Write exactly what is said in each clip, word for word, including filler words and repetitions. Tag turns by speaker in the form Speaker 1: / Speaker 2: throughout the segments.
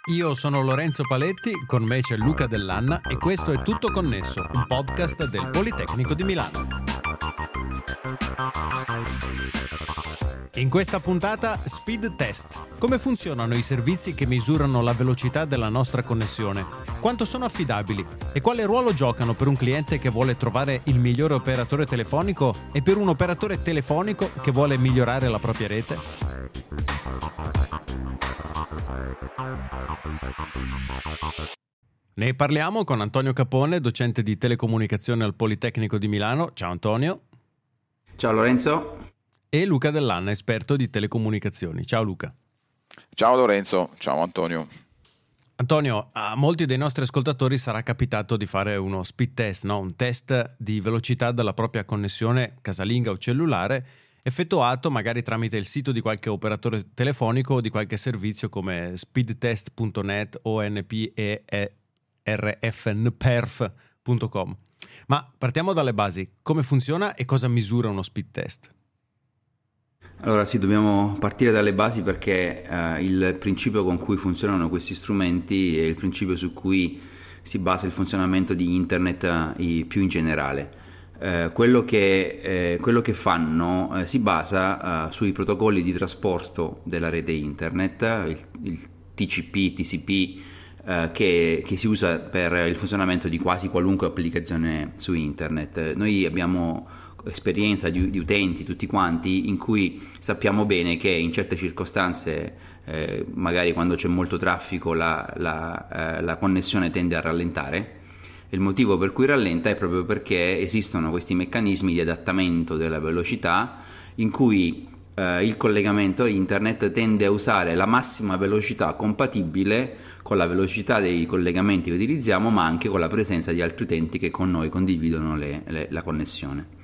Speaker 1: Io sono Lorenzo Paletti, con me c'è Luca Dell'Anna e questo è Tutto Connesso, un podcast del Politecnico di Milano. In questa puntata, Speed Test. Come funzionano i servizi che misurano la velocità della nostra connessione? Quanto sono affidabili? E quale ruolo giocano per un cliente che vuole trovare il migliore operatore telefonico e per un operatore telefonico che vuole migliorare la propria rete? Ne parliamo con Antonio Capone, docente di telecomunicazione al Politecnico di Milano. Ciao Antonio.
Speaker 2: Ciao Lorenzo.
Speaker 1: E Luca Dell'Anna, esperto di telecomunicazioni. Ciao Luca.
Speaker 3: Ciao Lorenzo, ciao Antonio.
Speaker 1: Antonio, a molti dei nostri ascoltatori sarà capitato di fare uno speed test, no? Un test di velocità della propria connessione casalinga o cellulare, effettuato magari tramite il sito di qualche operatore telefonico o di qualche servizio come speedtest punto net o n p e r f n p e r f punto com. Ma partiamo dalle basi. Come funziona e cosa misura uno speed test?
Speaker 2: Allora sì, dobbiamo partire dalle basi perché eh, il principio con cui funzionano questi strumenti è il principio su cui si basa il funzionamento di internet eh, più in generale. Eh, quello, che, eh, quello che fanno eh, si basa eh, sui protocolli di trasporto della rete internet, il, il T C P, T C P, eh, che, che si usa per il funzionamento di quasi qualunque applicazione su internet. Noi abbiamo esperienza di, di utenti tutti quanti in cui sappiamo bene che in certe circostanze eh, magari quando c'è molto traffico la, la, eh, la connessione tende a rallentare. Il motivo per cui rallenta è proprio perché esistono questi meccanismi di adattamento della velocità in cui eh, il collegamento internet tende a usare la massima velocità compatibile con la velocità dei collegamenti che utilizziamo, ma anche con la presenza di altri utenti che con noi condividono le, le, la connessione.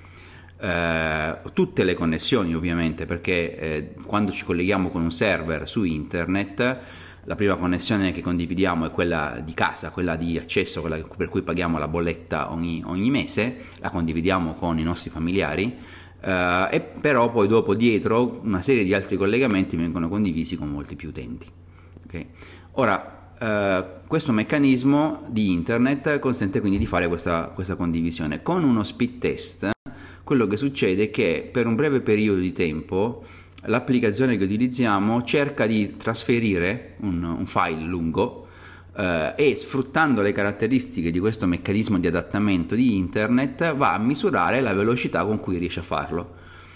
Speaker 2: Uh, tutte le connessioni ovviamente, perché eh, quando ci colleghiamo con un server su internet la prima connessione che condividiamo è quella di casa, quella di accesso, quella per cui paghiamo la bolletta ogni, ogni mese, la condividiamo con i nostri familiari, uh, e però poi dopo dietro una serie di altri collegamenti vengono condivisi con molti più utenti. Okay? Ora uh, questo meccanismo di internet consente quindi di fare questa, questa condivisione. Con uno speed test quello che succede è che per un breve periodo di tempo l'applicazione che utilizziamo cerca di trasferire un, un file lungo eh, e sfruttando le caratteristiche di questo meccanismo di adattamento di internet va a misurare la velocità con cui riesce a farlo.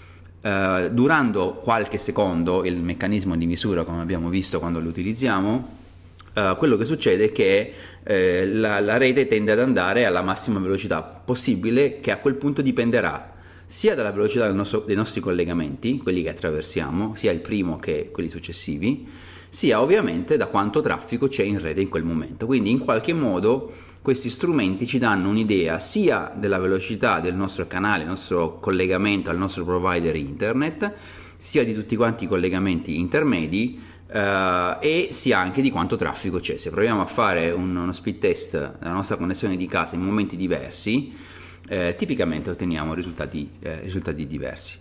Speaker 2: Eh, durando qualche secondo il meccanismo di misura, come abbiamo visto quando lo utilizziamo, Uh, quello che succede è che eh, la, la rete tende ad andare alla massima velocità possibile, che a quel punto dipenderà sia dalla velocità del nostro, dei nostri collegamenti, quelli che attraversiamo, sia il primo che quelli successivi, sia ovviamente da quanto traffico c'è in rete in quel momento. Quindi in qualche modo questi strumenti ci danno un'idea sia della velocità del nostro canale, il nostro collegamento al nostro provider internet, sia di tutti quanti i collegamenti intermedi, Uh, e sia anche di quanto traffico c'è. Se proviamo a fare un, uno speed test della nostra connessione di casa in momenti diversi, eh, tipicamente otteniamo risultati, eh, risultati diversi.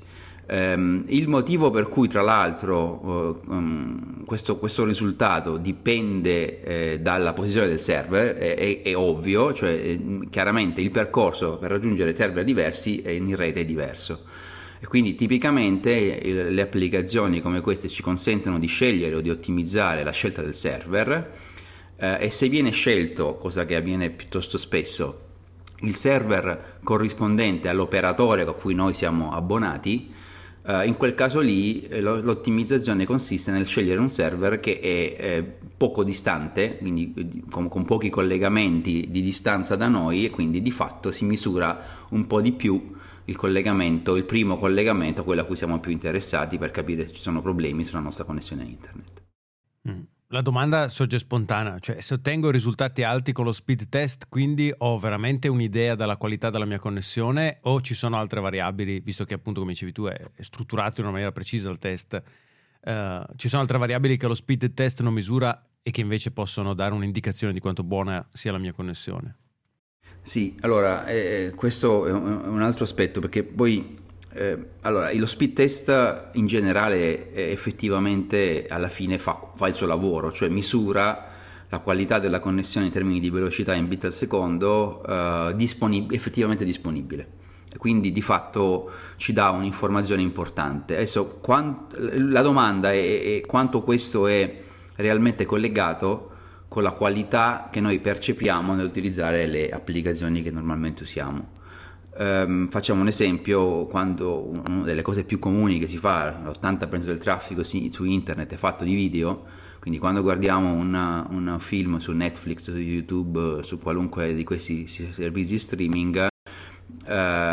Speaker 2: Um, il motivo per cui tra l'altro uh, um, questo, questo risultato dipende eh, dalla posizione del server è, è, è ovvio, cioè eh, chiaramente il percorso per raggiungere server diversi è in rete è diverso. E quindi tipicamente le applicazioni come queste ci consentono di scegliere o di ottimizzare la scelta del server, eh, e se viene scelto, cosa che avviene piuttosto spesso, il server corrispondente all'operatore a cui noi siamo abbonati, eh, in quel caso lì eh, l'ottimizzazione consiste nel scegliere un server che è eh, poco distante, quindi con, con pochi collegamenti di distanza da noi, e quindi di fatto si misura un po' di più il collegamento, il primo collegamento, quello a cui siamo più interessati per capire se ci sono problemi sulla nostra connessione a internet.
Speaker 1: Mm. La domanda sorge spontanea, cioè se ottengo risultati alti con lo speed test, quindi ho veramente un'idea della qualità della mia connessione, o ci sono altre variabili, visto che appunto come dicevi tu è, è strutturato in una maniera precisa il test, uh, ci sono altre variabili che lo speed test non misura e che invece possono dare un'indicazione di quanto buona sia la mia connessione?
Speaker 2: Sì, allora eh, questo è un, è un altro aspetto, perché poi eh, allora lo speed test in generale eh, effettivamente alla fine fa, fa il suo lavoro, cioè misura la qualità della connessione in termini di velocità in bit al secondo eh, disponib- effettivamente disponibile. Quindi di fatto ci dà un'informazione importante. Adesso quant- la domanda è, è quanto questo è realmente collegato con la qualità che noi percepiamo nell'utilizzare le applicazioni che normalmente usiamo. Um, facciamo un esempio: quando una delle cose più comuni che si fa, l'ottanta per cento del traffico si, su internet è fatto di video, quindi quando guardiamo una, un film su Netflix, su YouTube, su qualunque di questi servizi streaming, Uh,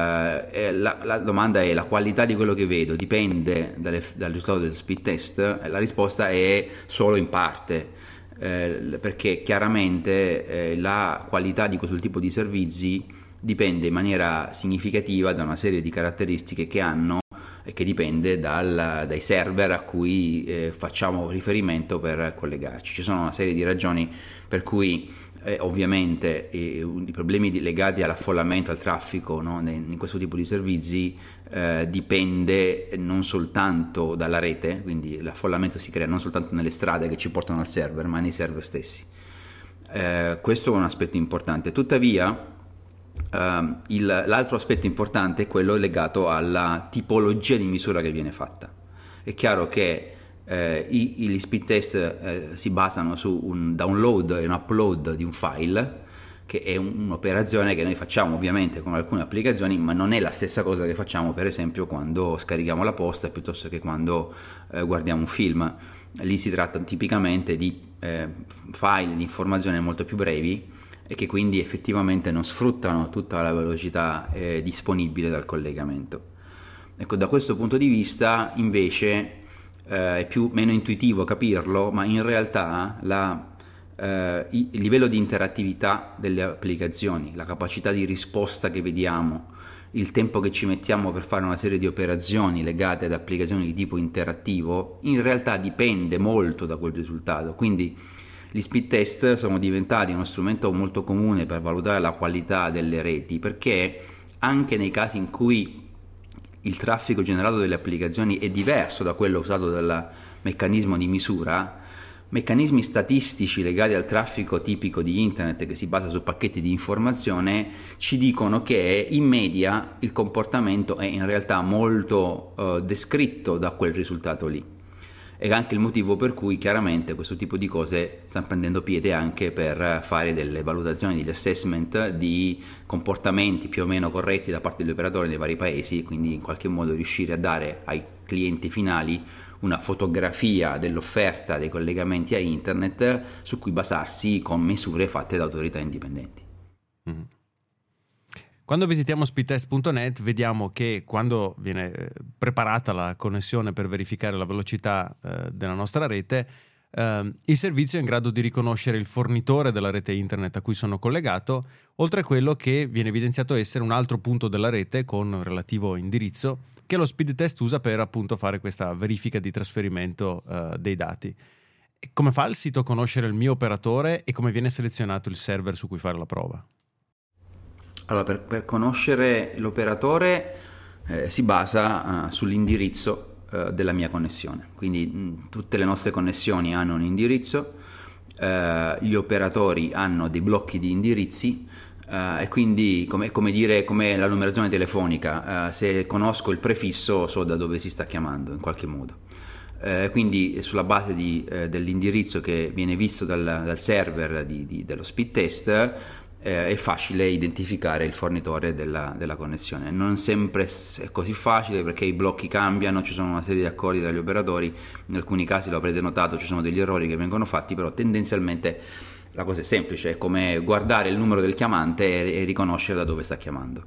Speaker 2: la, la domanda è: la qualità di quello che vedo dipende dalle, dal risultato del speed test? La risposta è solo in parte, eh, perché chiaramente eh, la qualità di questo tipo di servizi dipende in maniera significativa da una serie di caratteristiche che hanno e che dipende dal, dai server a cui eh, facciamo riferimento per collegarci. Ci sono una serie di ragioni per cui Eh, ovviamente eh, i problemi di, legati all'affollamento, al traffico, no, in questo tipo di servizi eh, dipende non soltanto dalla rete, quindi l'affollamento si crea non soltanto nelle strade che ci portano al server, ma nei server stessi. Eh, questo è un aspetto importante. Tuttavia eh, il, l'altro aspetto importante è quello legato alla tipologia di misura che viene fatta. È chiaro che Eh, i, gli speed test eh, si basano su un download e un upload di un file, che è un, un'operazione che noi facciamo ovviamente con alcune applicazioni, ma non è la stessa cosa che facciamo per esempio quando scarichiamo la posta piuttosto che quando eh, guardiamo un film. Lì si tratta tipicamente di eh, file di informazioni molto più brevi e che quindi effettivamente non sfruttano tutta la velocità eh, disponibile dal collegamento. Ecco, da questo punto di vista invece Uh, è più meno intuitivo capirlo, ma in realtà la, uh, il livello di interattività delle applicazioni, la capacità di risposta che vediamo, il tempo che ci mettiamo per fare una serie di operazioni legate ad applicazioni di tipo interattivo, in realtà dipende molto da quel risultato. Quindi gli speed test sono diventati uno strumento molto comune per valutare la qualità delle reti, perché anche nei casi in cui il traffico generato dalle applicazioni è diverso da quello usato dal meccanismo di misura, meccanismi statistici legati al traffico tipico di internet che si basa su pacchetti di informazione ci dicono che in media il comportamento è in realtà molto eh, descritto da quel risultato lì. È anche il motivo per cui chiaramente questo tipo di cose stanno prendendo piede anche per fare delle valutazioni, degli assessment di comportamenti più o meno corretti da parte degli operatori nei vari paesi, quindi in qualche modo riuscire a dare ai clienti finali una fotografia dell'offerta dei collegamenti a internet su cui basarsi con misure fatte da autorità indipendenti.
Speaker 1: Mm. Quando visitiamo speedtest punto net vediamo che quando viene preparata la connessione per verificare la velocità eh, della nostra rete, eh, il servizio è in grado di riconoscere il fornitore della rete internet a cui sono collegato, oltre a quello che viene evidenziato essere un altro punto della rete con relativo indirizzo che lo speed test usa per appunto fare questa verifica di trasferimento eh, dei dati. E come fa il sito a conoscere il mio operatore e come viene selezionato il server su cui fare la prova?
Speaker 2: Allora, per, per conoscere l'operatore eh, si basa uh, sull'indirizzo uh, della mia connessione. Quindi mh, tutte le nostre connessioni hanno un indirizzo, uh, gli operatori hanno dei blocchi di indirizzi uh, e quindi come, come dire come la numerazione telefonica, uh, se conosco il prefisso so da dove si sta chiamando in qualche modo. Uh, quindi sulla base di, uh, dell'indirizzo che viene visto dal, dal server di, di, dello speed test Eh, è facile identificare il fornitore della, della connessione. Non sempre è così facile perché i blocchi cambiano, ci sono una serie di accordi tra gli operatori, in alcuni casi lo avrete notato ci sono degli errori che vengono fatti, però tendenzialmente la cosa è semplice, è come guardare il numero del chiamante e, e riconoscere da dove sta chiamando.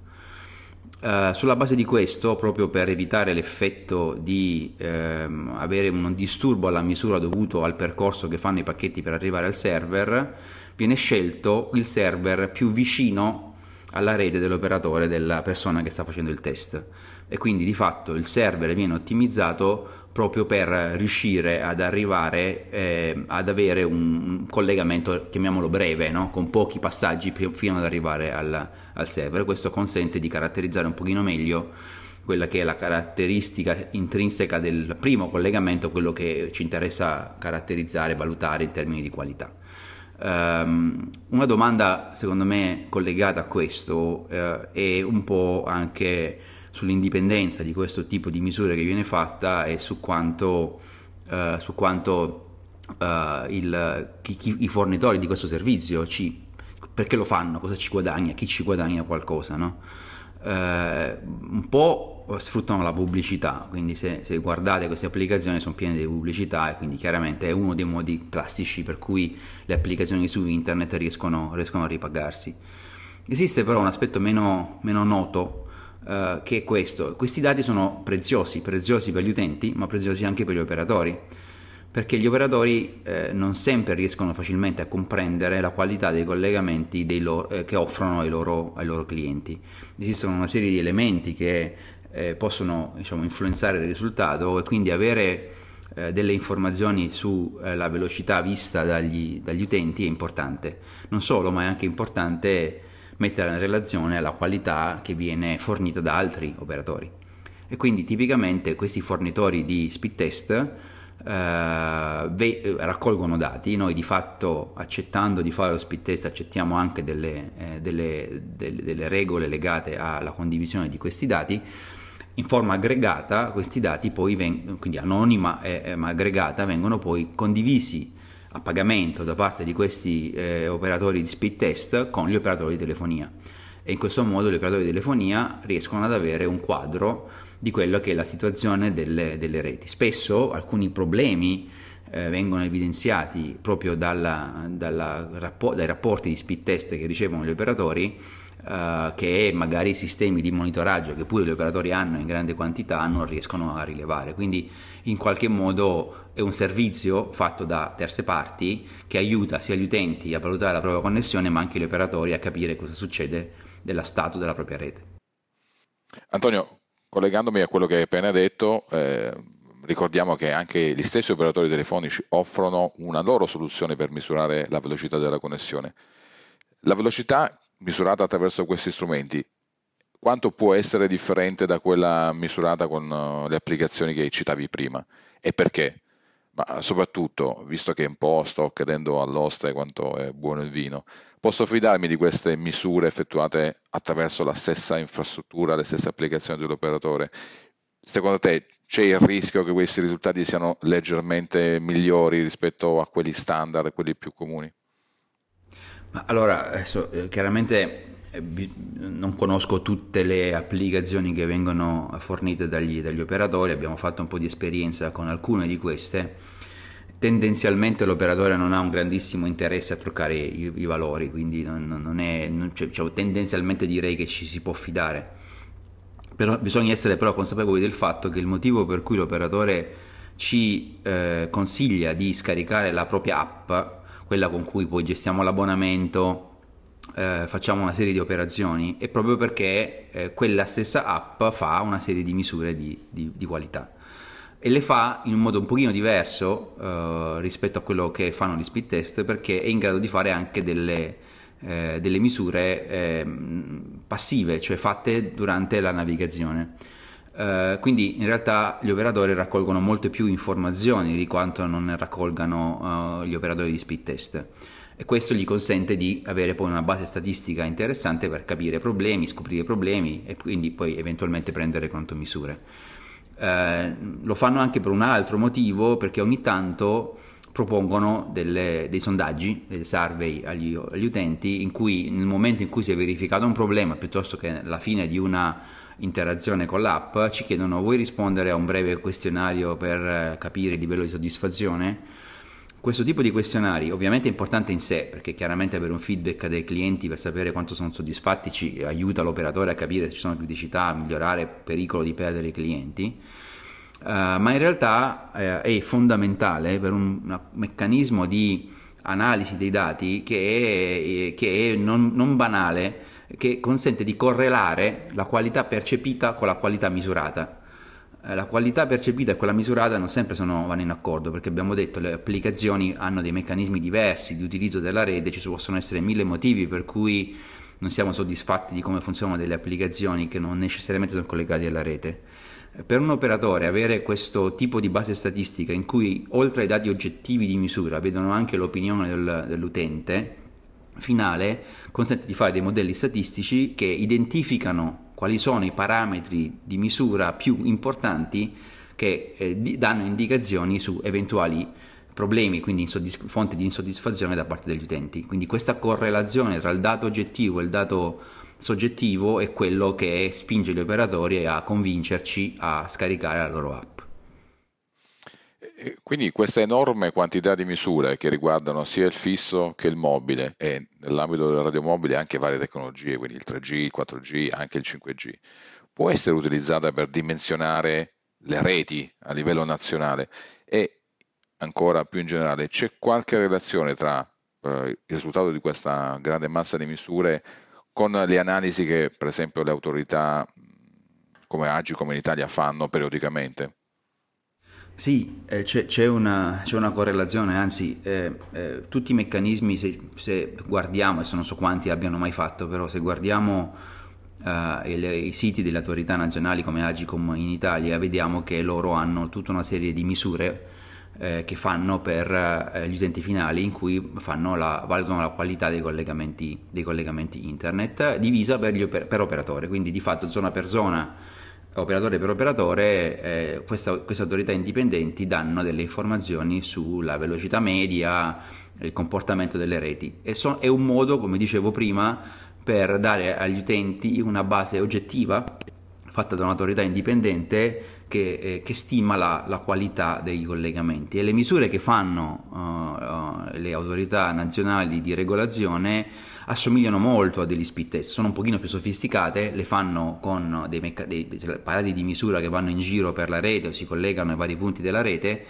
Speaker 2: Uh, sulla base di questo, proprio per evitare l'effetto di ehm, avere un disturbo alla misura dovuto al percorso che fanno i pacchetti per arrivare al server, viene scelto il server più vicino alla rete dell'operatore della persona che sta facendo il test, e quindi di fatto il server viene ottimizzato proprio per riuscire ad arrivare eh, ad avere un collegamento, chiamiamolo breve, no? Con pochi passaggi fino ad arrivare al, al server. Questo consente di caratterizzare un pochino meglio quella che è la caratteristica intrinseca del primo collegamento, quello che ci interessa caratterizzare e valutare in termini di qualità. Um, una domanda secondo me collegata a questo uh, è un po' anche sull'indipendenza di questo tipo di misure che viene fatta e su quanto, uh, su quanto uh, il, chi, chi, i fornitori di questo servizio ci, perché lo fanno, cosa ci guadagna, chi ci guadagna qualcosa, no? Uh, un po' sfruttano la pubblicità, quindi se, se guardate queste applicazioni sono piene di pubblicità e quindi chiaramente è uno dei modi classici per cui le applicazioni su internet riescono, riescono a ripagarsi. Esiste però un aspetto meno, meno noto uh, che è questo: questi dati sono preziosi, preziosi per gli utenti ma preziosi anche per gli operatori, perché gli operatori eh, non sempre riescono facilmente a comprendere la qualità dei collegamenti dei loro, eh, che offrono ai loro, ai loro clienti. Esistono una serie di elementi che eh, possono, diciamo, influenzare il risultato, e quindi avere eh, delle informazioni sulla eh, velocità vista dagli, dagli utenti è importante. Non solo, ma è anche importante mettere in relazione alla qualità che viene fornita da altri operatori. E quindi tipicamente questi fornitori di speed test Uh, ve- raccolgono dati. Noi di fatto, accettando di fare lo speed test, accettiamo anche delle, eh, delle, delle, delle regole legate alla condivisione di questi dati. In forma aggregata questi dati poi vengono, quindi anonima eh, ma aggregata, vengono poi condivisi a pagamento da parte di questi eh, operatori di speed test con gli operatori di telefonia, e in questo modo gli operatori di telefonia riescono ad avere un quadro di quello che è la situazione delle, delle reti. Spesso alcuni problemi eh, vengono evidenziati proprio dalla, dalla, dai rapporti di speed test che ricevono gli operatori, eh, che magari sistemi di monitoraggio che pure gli operatori hanno in grande quantità non riescono a rilevare. Quindi in qualche modo è un servizio fatto da terze parti che aiuta sia gli utenti a valutare la propria connessione, ma anche gli operatori a capire cosa succede dello stato della propria rete.
Speaker 3: Antonio, collegandomi a quello che hai appena detto, eh, ricordiamo che anche gli stessi operatori telefonici offrono una loro soluzione per misurare la velocità della connessione. La velocità misurata attraverso questi strumenti, quanto può essere differente da quella misurata con uh, le applicazioni che citavi prima, e perché? Ma soprattutto, visto che un po' sto chiedendo all'oste quanto è buono il vino, posso fidarmi di queste misure effettuate attraverso la stessa infrastruttura, le stesse applicazioni dell'operatore? Secondo te c'è il rischio che questi risultati siano leggermente migliori rispetto a quelli standard, quelli più comuni?
Speaker 2: Ma allora, adesso, eh, chiaramente eh, non conosco tutte le applicazioni che vengono fornite dagli, dagli operatori, abbiamo fatto un po' di esperienza con alcune di queste. Tendenzialmente l'operatore non ha un grandissimo interesse a truccare i, i valori, quindi non, non è, non, cioè, cioè, tendenzialmente direi che ci si può fidare. Però bisogna essere però consapevoli del fatto che il motivo per cui l'operatore ci eh, consiglia di scaricare la propria app, quella con cui poi gestiamo l'abbonamento, eh, facciamo una serie di operazioni, è proprio perché eh, quella stessa app fa una serie di misure di, di, di qualità, e le fa in un modo un pochino diverso eh, rispetto a quello che fanno gli speed test, perché è in grado di fare anche delle, eh, delle misure eh, passive, cioè fatte durante la navigazione. Uh, quindi in realtà gli operatori raccolgono molte più informazioni di quanto non ne raccolgano uh, gli operatori di speed test, e questo gli consente di avere poi una base statistica interessante per capire problemi, scoprire problemi e quindi poi eventualmente prendere contromisure. Uh, lo fanno anche per un altro motivo, perché ogni tanto propongono delle, dei sondaggi, dei survey agli, agli utenti, in cui nel momento in cui si è verificato un problema, piuttosto che alla fine di una interazione con l'app, ci chiedono: vuoi rispondere a un breve questionario per capire il livello di soddisfazione? Questo tipo di questionari ovviamente è importante in sé, perché chiaramente avere un feedback dai clienti per sapere quanto sono soddisfatti ci aiuta l'operatore a capire se ci sono criticità, a migliorare, pericolo di perdere i clienti, uh, ma in realtà uh, è fondamentale per un, un meccanismo di analisi dei dati che è, che è non, non banale, che consente di correlare la qualità percepita con la qualità misurata. Eh, la qualità percepita e quella misurata non sempre sono, vanno in accordo, perché abbiamo detto che le applicazioni hanno dei meccanismi diversi di utilizzo della rete, ci possono essere mille motivi per cui non siamo soddisfatti di come funzionano delle applicazioni che non necessariamente sono collegate alla rete. Per un operatore avere questo tipo di base statistica in cui oltre ai dati oggettivi di misura vedono anche l'opinione del, dell'utente finale consente di fare dei modelli statistici che identificano quali sono i parametri di misura più importanti che eh, di, danno indicazioni su eventuali problemi, quindi insoddisf- fonti di insoddisfazione da parte degli utenti. Quindi questa correlazione tra il dato oggettivo e il dato soggettivo è quello che spinge gli operatori a convincerci a scaricare la loro app.
Speaker 3: Quindi questa enorme quantità di misure che riguardano sia il fisso che il mobile e nell'ambito del radiomobile anche varie tecnologie, quindi il tre G, il quattro G, anche il cinque G, può essere utilizzata per dimensionare le reti a livello nazionale e ancora più in generale c'è qualche relazione tra eh, il risultato di questa grande massa di misure con le analisi che per esempio le autorità come Agcom in Italia fanno periodicamente?
Speaker 2: Sì, eh, c'è, c'è, una, c'è una correlazione, anzi eh, eh, tutti i meccanismi, se, se guardiamo, adesso non so quanti abbiano mai fatto, però se guardiamo eh, il, i siti delle autorità nazionali come Agcom in Italia, vediamo che loro hanno tutta una serie di misure eh, che fanno per eh, gli utenti finali in cui fanno la, valutano la qualità dei collegamenti, dei collegamenti internet divisa per, gli oper- per operatore, quindi di fatto zona per zona, operatore per operatore, eh, questa, queste autorità indipendenti danno delle informazioni sulla velocità media, il comportamento delle reti e so, è un modo, come dicevo prima, per dare agli utenti una base oggettiva fatta da un'autorità indipendente che, eh, che stima la, la qualità dei collegamenti, e le misure che fanno uh, uh, le autorità nazionali di regolazione assomigliano molto a degli speed test, sono un pochino più sofisticate, le fanno con dei, mecca- dei, dei apparati di misura che vanno in giro per la rete o si collegano ai vari punti della rete,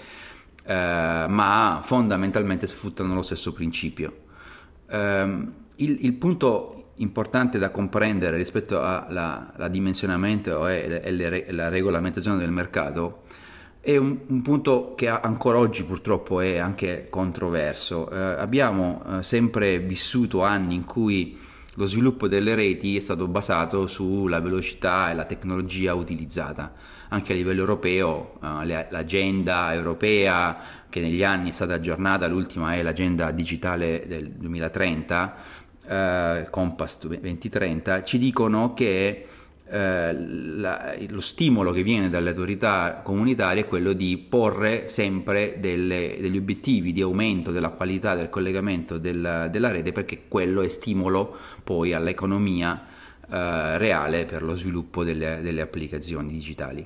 Speaker 2: eh, ma fondamentalmente sfruttano lo stesso principio. Eh, il, il punto importante da comprendere rispetto al dimensionamento e, e le, la regolamentazione del mercato è un, un punto che ancora oggi purtroppo è anche controverso. Eh, abbiamo eh, sempre vissuto anni in cui lo sviluppo delle reti è stato basato sulla velocità e la tecnologia utilizzata. Anche a livello europeo, eh, l'agenda europea che negli anni è stata aggiornata, l'ultima è l'agenda digitale del duemilatrenta, eh, Compass duemilatrenta, ci dicono che Eh, la, lo stimolo che viene dalle autorità comunitarie è quello di porre sempre delle, degli obiettivi di aumento della qualità del collegamento del, della rete, perché quello è stimolo poi all'economia eh, reale per lo sviluppo delle, delle applicazioni digitali.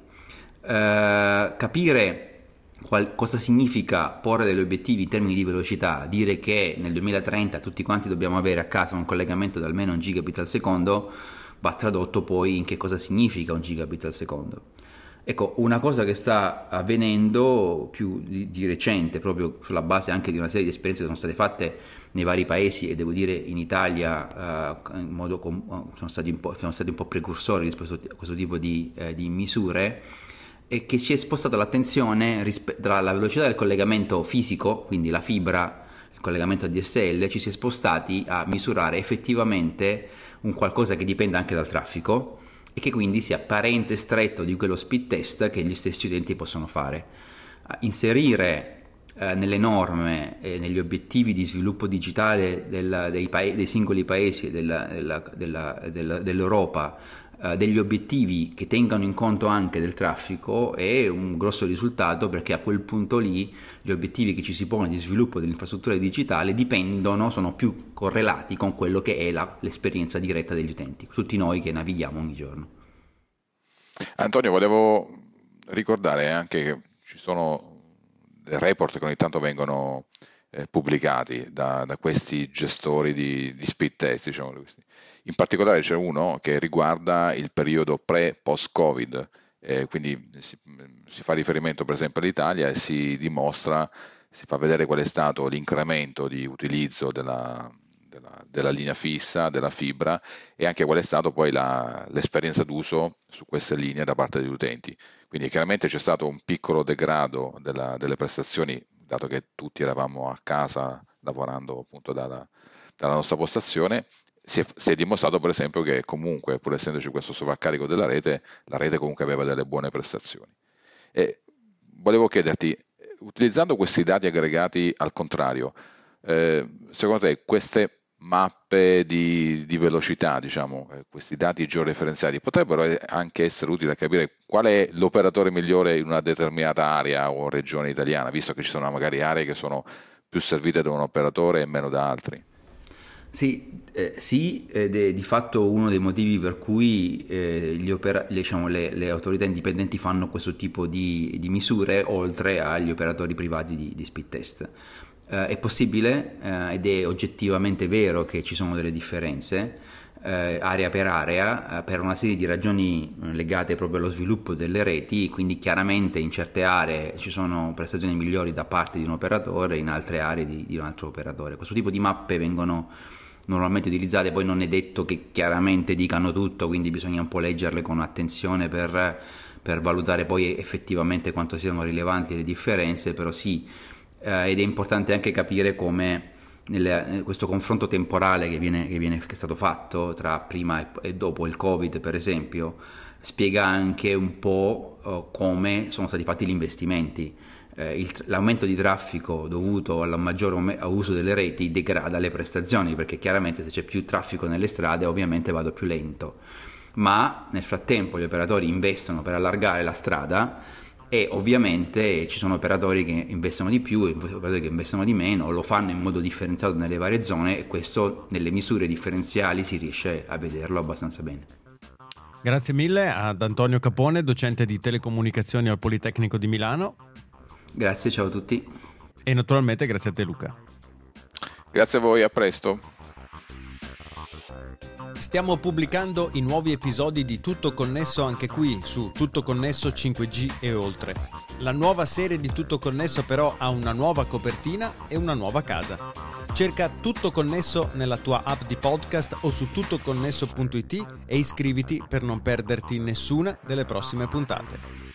Speaker 2: Eh, capire qual, cosa significa porre degli obiettivi in termini di velocità, dire che nel duemilatrenta tutti quanti dobbiamo avere a casa un collegamento da almeno un gigabit al secondo, va tradotto poi in che cosa significa un gigabit al secondo. Ecco, una cosa che sta avvenendo più di, di recente, proprio sulla base anche di una serie di esperienze che sono state fatte nei vari paesi, e devo dire in Italia uh, in modo com- sono, stati un po', sono stati un po' precursori rispetto a questo tipo di, eh, di misure, è che si è spostata l'attenzione rispe- tra la velocità del collegamento fisico, quindi la fibra, il collegamento a D S L, ci si è spostati a misurare effettivamente un qualcosa che dipende anche dal traffico e che quindi sia parente stretto di quello speed test che gli stessi utenti possono fare. Inserire eh, nelle norme e negli obiettivi di sviluppo digitale del, dei, pa- dei singoli paesi della, della, della, della, dell'Europa eh, degli obiettivi che tengano in conto anche del traffico è un grosso risultato, perché a quel punto lì gli obiettivi che ci si pone di sviluppo dell'infrastruttura digitale dipendono, sono più correlati con quello che è la, l'esperienza diretta degli utenti, tutti noi che navighiamo ogni giorno.
Speaker 3: Antonio, volevo ricordare anche che ci sono dei report che ogni tanto vengono eh, pubblicati da, da questi gestori di, di speed test, diciamo. In particolare c'è uno che riguarda il periodo pre-post-Covid. Eh, quindi si, si fa riferimento per esempio all'Italia e si dimostra, si fa vedere qual è stato l'incremento di utilizzo della, della, della linea fissa, della fibra, e anche qual è stato poi la, l'esperienza d'uso su queste linee da parte degli utenti. Quindi chiaramente c'è stato un piccolo degrado della, delle prestazioni, dato che tutti eravamo a casa lavorando appunto dalla, dalla nostra postazione. si è, si è dimostrato per esempio che comunque, pur essendoci questo sovraccarico della rete, la rete comunque aveva delle buone prestazioni. E volevo chiederti, utilizzando questi dati aggregati al contrario, eh, secondo te queste mappe di, di velocità, diciamo, eh, questi dati georeferenziati potrebbero anche essere utili a capire qual è l'operatore migliore in una determinata area o regione italiana, visto che ci sono magari aree che sono più servite da un operatore e meno da altri?
Speaker 2: Sì, eh, sì, ed è di fatto uno dei motivi per cui eh, gli opera- le, diciamo, le, le autorità indipendenti fanno questo tipo di, di misure, oltre agli operatori privati di, di speed test. Eh, è possibile eh, ed è oggettivamente vero che ci sono delle differenze eh, area per area eh, per una serie di ragioni legate proprio allo sviluppo delle reti, quindi chiaramente in certe aree ci sono prestazioni migliori da parte di un operatore, in altre aree di, di un altro operatore. Questo tipo di mappe vengono normalmente utilizzate, poi non è detto che chiaramente dicano tutto, quindi bisogna un po' leggerle con attenzione per, per valutare poi effettivamente quanto siano rilevanti le differenze, però sì, eh, ed è importante anche capire come nelle, questo confronto temporale che, viene, che, viene, che è stato fatto tra prima e, e dopo il Covid, per esempio, spiega anche un po' uh, come sono stati fatti gli investimenti. Eh, il, l'aumento di traffico dovuto al maggiore uso delle reti degrada le prestazioni, perché chiaramente se c'è più traffico nelle strade ovviamente vado più lento, ma nel frattempo gli operatori investono per allargare la strada e ovviamente ci sono operatori che investono di più e operatori che investono di meno, lo fanno in modo differenziato nelle varie zone e questo nelle misure differenziali si riesce a vederlo abbastanza bene.
Speaker 1: Grazie mille ad Antonio Capone, docente di telecomunicazioni al Politecnico di Milano.
Speaker 2: Grazie, ciao a tutti.
Speaker 1: E naturalmente grazie a te, Luca.
Speaker 3: Grazie a voi, a presto.
Speaker 1: Stiamo pubblicando i nuovi episodi di Tutto Connesso anche qui su Tutto Connesso cinque G e oltre. La nuova serie di Tutto Connesso però ha una nuova copertina e una nuova casa. Cerca Tutto Connesso nella tua app di podcast o su tuttoconnesso punto it e iscriviti per non perderti nessuna delle prossime puntate.